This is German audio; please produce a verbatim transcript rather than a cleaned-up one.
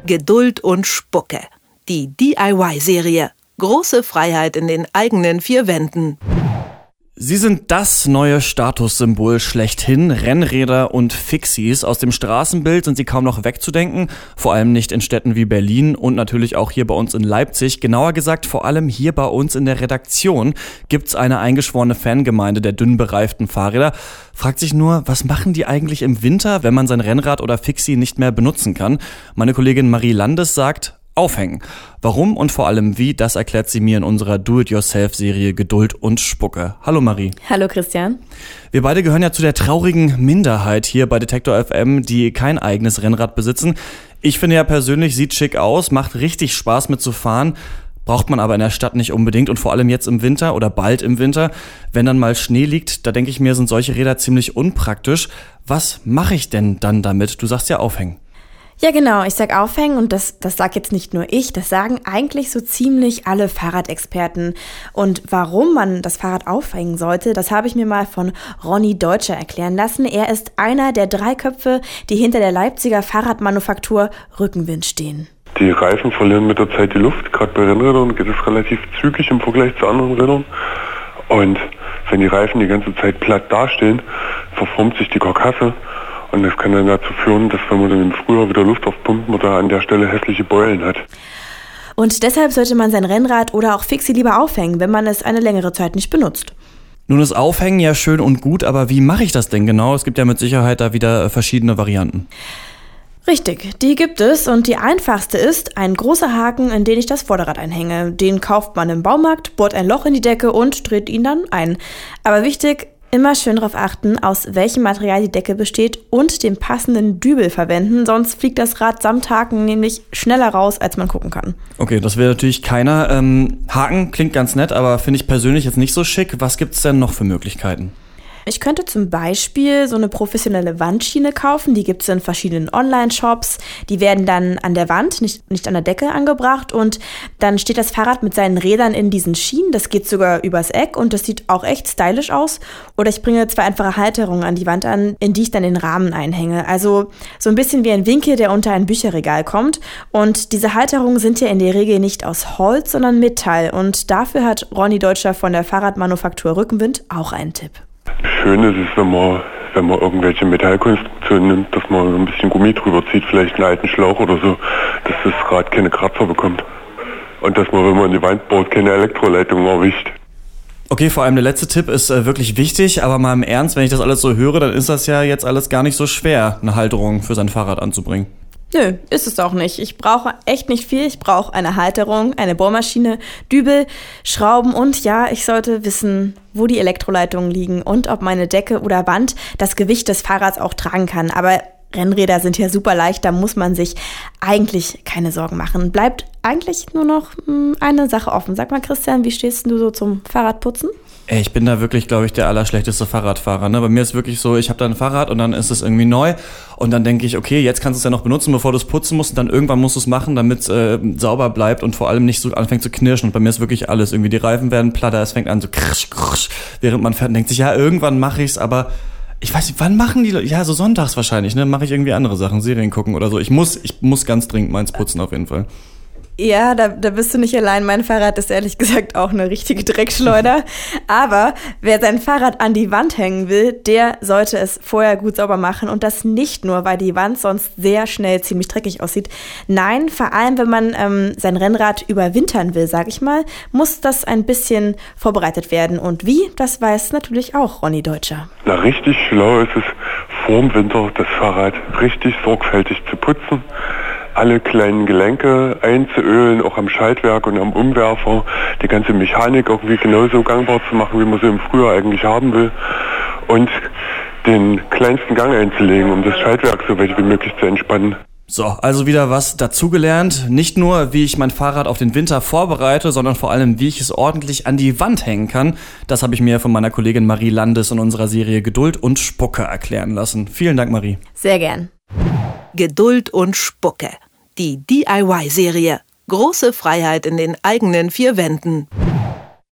Geduld und Spucke. Die D I Y-Serie. Große Freiheit in den eigenen vier Wänden. Sie sind das neue Statussymbol schlechthin. Rennräder und Fixies. Aus dem Straßenbild sind sie kaum noch wegzudenken. Vor allem nicht in Städten wie Berlin und natürlich auch hier bei uns in Leipzig. Genauer gesagt, vor allem hier bei uns in der Redaktion gibt's eine eingeschworene Fangemeinde der dünn bereiften Fahrräder. Fragt sich nur, was machen die eigentlich im Winter, wenn man sein Rennrad oder Fixie nicht mehr benutzen kann? Meine Kollegin Marie Landes sagt, aufhängen. Warum und vor allem wie, das erklärt sie mir in unserer Do-it-yourself-Serie Geduld und Spucke. Hallo Marie. Hallo Christian. Wir beide gehören ja zu der traurigen Minderheit hier bei Detektor F M, die kein eigenes Rennrad besitzen. Ich finde ja persönlich, sieht schick aus, macht richtig Spaß mitzufahren. Braucht man aber in der Stadt nicht unbedingt und vor allem jetzt im Winter oder bald im Winter. Wenn dann mal Schnee liegt, da denke ich mir, sind solche Räder ziemlich unpraktisch. Was mache ich denn dann damit? Du sagst ja aufhängen. Ja genau, ich sag aufhängen und das, das sag jetzt nicht nur ich, das sagen eigentlich so ziemlich alle Fahrradexperten. Und warum man das Fahrrad aufhängen sollte, das habe ich mir mal von Ronny Deutscher erklären lassen. Er ist einer der drei Köpfe, die hinter der Leipziger Fahrradmanufaktur Rückenwind stehen. Die Reifen verlieren mit der Zeit die Luft, gerade bei Rennrädern geht es relativ zügig im Vergleich zu anderen Rädern. Und wenn die Reifen die ganze Zeit platt dastehen, verformt sich die Karkasse. Und das kann dann dazu führen, dass wenn man dann im Frühjahr wieder Luft aufpumpt, man da an der Stelle hässliche Beulen hat. Und deshalb sollte man sein Rennrad oder auch Fixie lieber aufhängen, wenn man es eine längere Zeit nicht benutzt. Nun ist Aufhängen ja schön und gut, aber wie mache ich das denn genau? Es gibt ja mit Sicherheit da wieder verschiedene Varianten. Richtig, die gibt es und die einfachste ist ein großer Haken, in den ich das Vorderrad einhänge. Den kauft man im Baumarkt, bohrt ein Loch in die Decke und dreht ihn dann ein. Aber wichtig, immer schön darauf achten, aus welchem Material die Decke besteht und den passenden Dübel verwenden, sonst fliegt das Rad samt Haken nämlich schneller raus, als man gucken kann. Okay, das will natürlich keiner. Ähm, Haken klingt ganz nett, aber finde ich persönlich jetzt nicht so schick. Was gibt's denn noch für Möglichkeiten? Ich könnte zum Beispiel so eine professionelle Wandschiene kaufen, die gibt es in verschiedenen Online-Shops. Die werden dann an der Wand, nicht, nicht an der Decke angebracht und dann steht das Fahrrad mit seinen Rädern in diesen Schienen. Das geht sogar übers Eck und das sieht auch echt stylisch aus. Oder ich bringe zwei einfache Halterungen an die Wand an, in die ich dann den Rahmen einhänge. Also so ein bisschen wie ein Winkel, der unter ein Bücherregal kommt. Und diese Halterungen sind ja in der Regel nicht aus Holz, sondern Metall. Und dafür hat Ronny Deutscher von der Fahrradmanufaktur Rückenwind auch einen Tipp. Schön ist es, wenn man, wenn man irgendwelche Metallkonstruktionen nimmt, dass man ein bisschen Gummi drüber zieht, vielleicht einen alten Schlauch oder so, dass das Rad keine Kratzer bekommt. Und dass man, wenn man in die Wand baut, keine Elektroleitung erwischt. Okay, vor allem der letzte Tipp ist äh, wirklich wichtig, aber mal im Ernst, wenn ich das alles so höre, dann ist das ja jetzt alles gar nicht so schwer, eine Halterung für sein Fahrrad anzubringen. Nö, ist es auch nicht. Ich brauche echt nicht viel. Ich brauche eine Halterung, eine Bohrmaschine, Dübel, Schrauben und ja, ich sollte wissen, wo die Elektroleitungen liegen und ob meine Decke oder Wand das Gewicht des Fahrrads auch tragen kann. Aber Rennräder sind ja super leicht, da muss man sich eigentlich keine Sorgen machen. Bleibt eigentlich nur noch mh, eine Sache offen. Sag mal, Christian, wie stehst du so zum Fahrradputzen? Ey, ich bin da wirklich, glaube ich, der allerschlechteste Fahrradfahrer. Ne? Bei mir ist wirklich so, ich habe da ein Fahrrad und dann ist es irgendwie neu und dann denke ich, okay, jetzt kannst du es ja noch benutzen, bevor du es putzen musst und dann irgendwann musst du es machen, damit es äh, sauber bleibt und vor allem nicht so anfängt zu knirschen. Und bei mir ist wirklich alles. Irgendwie die Reifen werden platter, es fängt an so krsch, krsch, während man fährt und denkt sich, ja, irgendwann mache ich's, aber ich weiß nicht, wann machen die Leute? Ja, so sonntags wahrscheinlich, ne? Mache ich irgendwie andere Sachen, Serien gucken oder so. Ich muss, ich muss ganz dringend meins putzen auf jeden Fall. Ja, da, da bist du nicht allein. Mein Fahrrad ist ehrlich gesagt auch eine richtige Dreckschleuder. Aber wer sein Fahrrad an die Wand hängen will, der sollte es vorher gut sauber machen. Und das nicht nur, weil die Wand sonst sehr schnell ziemlich dreckig aussieht. Nein, vor allem, wenn man ähm, sein Rennrad überwintern will, sag ich mal, muss das ein bisschen vorbereitet werden. Und wie, das weiß natürlich auch Ronny Deutscher. Na, richtig schlau ist es, vorm Winter das Fahrrad richtig sorgfältig zu putzen. Alle kleinen Gelenke einzuölen, auch am Schaltwerk und am Umwerfer, die ganze Mechanik irgendwie genauso gangbar zu machen, wie man sie im Frühjahr eigentlich haben will und den kleinsten Gang einzulegen, um das Schaltwerk so weit wie möglich zu entspannen. So, also wieder was dazugelernt. Nicht nur, wie ich mein Fahrrad auf den Winter vorbereite, sondern vor allem, wie ich es ordentlich an die Wand hängen kann. Das habe ich mir von meiner Kollegin Marie Landes in unserer Serie Geduld und Spucke erklären lassen. Vielen Dank, Marie. Sehr gern. Geduld und Spucke. Die D I Y-Serie. Große Freiheit in den eigenen vier Wänden.